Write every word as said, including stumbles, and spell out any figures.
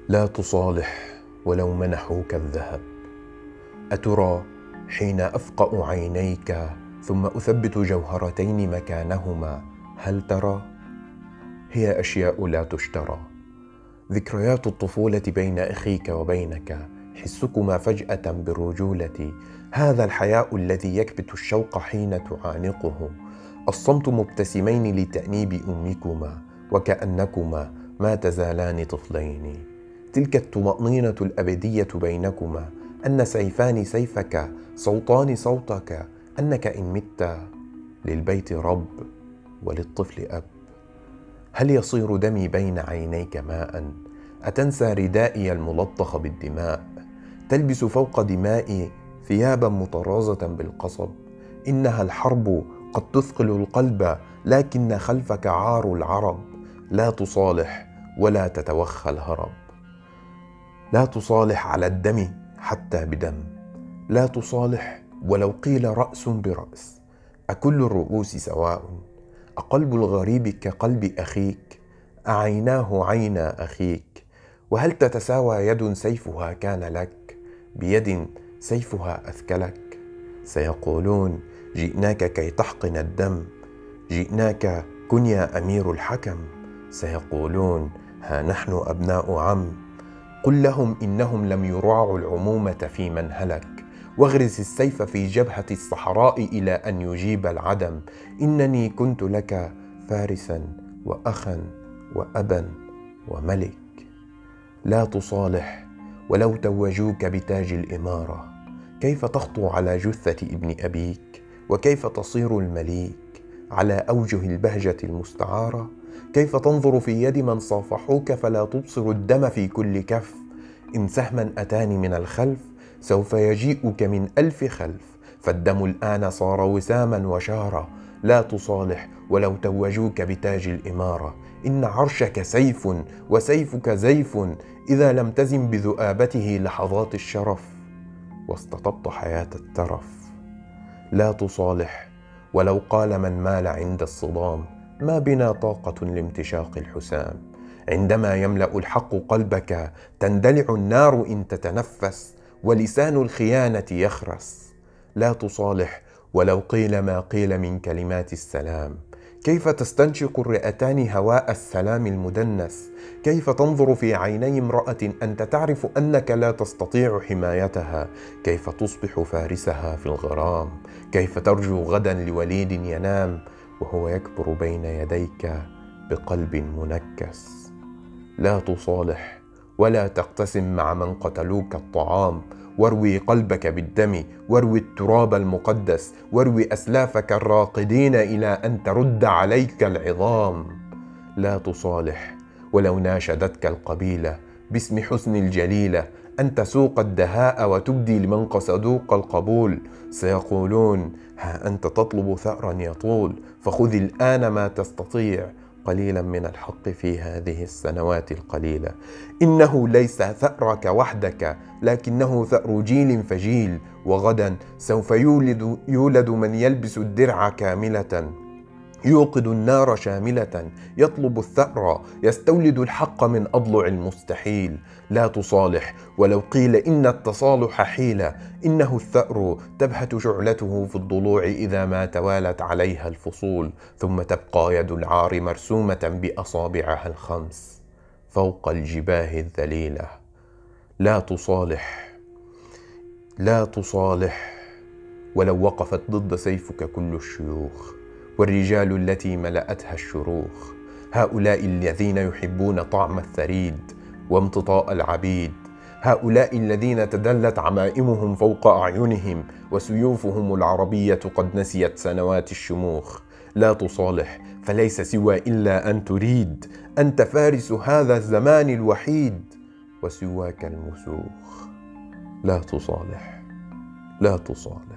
لا تصالح ولو منحوك الذهب. أترى حين أفقأ عينيك ثم أثبت جوهرتين مكانهما هل ترى؟ هي أشياء لا تشترى. ذكريات الطفولة بين أخيك وبينك، حسكما فجأة بالرجولة، هذا الحياء الذي يكبت الشوق حين تعانقه، الصمت مبتسمين لتأنيب أمكما وكأنكما ما تزالان طفلين، تلك الطمأنينة الأبدية بينكما، أن سيفان سيفك صوتان صوتك، أنك إن مت للبيت رب وللطفل أب. هل يصير دمي بين عينيك ماء؟ أتنسى ردائي الملطخ بالدماء؟ تلبس فوق دمائي ثيابا مطرازة بالقصب؟ إنها الحرب قد تثقل القلب، لكن خلفك عار العرب. لا تصالح ولا تتوخى الهرب. لا تصالح على الدم حتى بدم. لا تصالح ولو قيل رأس برأس. أكل الرؤوس سواء؟ أقلب الغريب كقلب أخيك؟ أعيناه عينا أخيك؟ وهل تتساوى يد سيفها كان لك بيد سيفها أثكلك؟ سيقولون جئناك كي تحقن الدم، جئناك كن يا أمير الحكم. سيقولون ها نحن أبناء عم. قل لهم إنهم لم يراعوا العمومة في من هلك، واغرس السيف في جبهة الصحراء إلى أن يجيب العدم. إنني كنت لك فارسا وأخا وأبا وملك. لا تصالح ولو توجوك بتاج الإمارة. كيف تخطو على جثة ابن أبيك؟ وكيف تصير المليك على أوجه البهجة المستعارة؟ كيف تنظر في يد من صافحوك فلا تبصر الدم في كل كف؟ إن سهما أتاني من الخلف سوف يجيئك من ألف خلف، فالدم الآن صار وساما وشارة. لا تصالح ولو توجوك بتاج الإمارة. إن عرشك سيف وسيفك زيف، إذا لم تزن بذؤابته لحظات الشرف واستطبت حياة الترف. لا تصالح ولو قال من مال عند الصدام ما بنا طاقة لامتشاق الحسام. عندما يملأ الحق قلبك تندلع النار إن تتنفس، ولسان الخيانة يخرس. لا تصالح ولو قيل ما قيل من كلمات السلام. كيف تستنشق الرئتان هواء السلام المدنس؟ كيف تنظر في عيني امرأة أنت تعرف أنك لا تستطيع حمايتها؟ كيف تصبح فارسها في الغرام؟ كيف ترجو غدا لوليد ينام وهو يكبر بين يديك بقلب منكس؟ لا تصالح ولا تقتسم مع من قتلوك الطعام. واروي قلبك بالدم، واروي التراب المقدس، واروي أسلافك الراقدين إلى أن ترد عليك العظام. لا تصالح ولو ناشدتك القبيلة باسم حسن الجليلة أن تسوق الدهاء وتبدي لمن قصدوك القبول. سيقولون ها أنت تطلب ثأرا يطول، فخذ الآن ما تستطيع. قليلا من الحق في هذه السنوات القليلة. إنه ليس ثأرك وحدك، لكنه ثأر جيل فجيل، وغدا سوف يولد, يولد من يلبس الدرع كاملة، يوقد النار شاملة، يطلب الثأر، يستولد الحق من أضلع المستحيل. لا تصالح ولو قيل إن التصالح حيلة. إنه الثأر تبهت شعلته في الضلوع إذا ما توالت عليها الفصول، ثم تبقى يد العار مرسومة بأصابعها الخمس فوق الجباه الذليلة. لا تصالح لا تصالح ولو وقفت ضد سيفك كل الشيوخ والرجال التي ملأتها الشروخ. هؤلاء الذين يحبون طعم الثريد وامتطاء العبيد، هؤلاء الذين تدلت عمائمهم فوق أعينهم وسيوفهم العربية قد نسيت سنوات الشموخ. لا تصالح فليس سوى إلا أن تريد. أنت فارس هذا الزمان الوحيد وسواك المسوخ. لا تصالح لا تصالح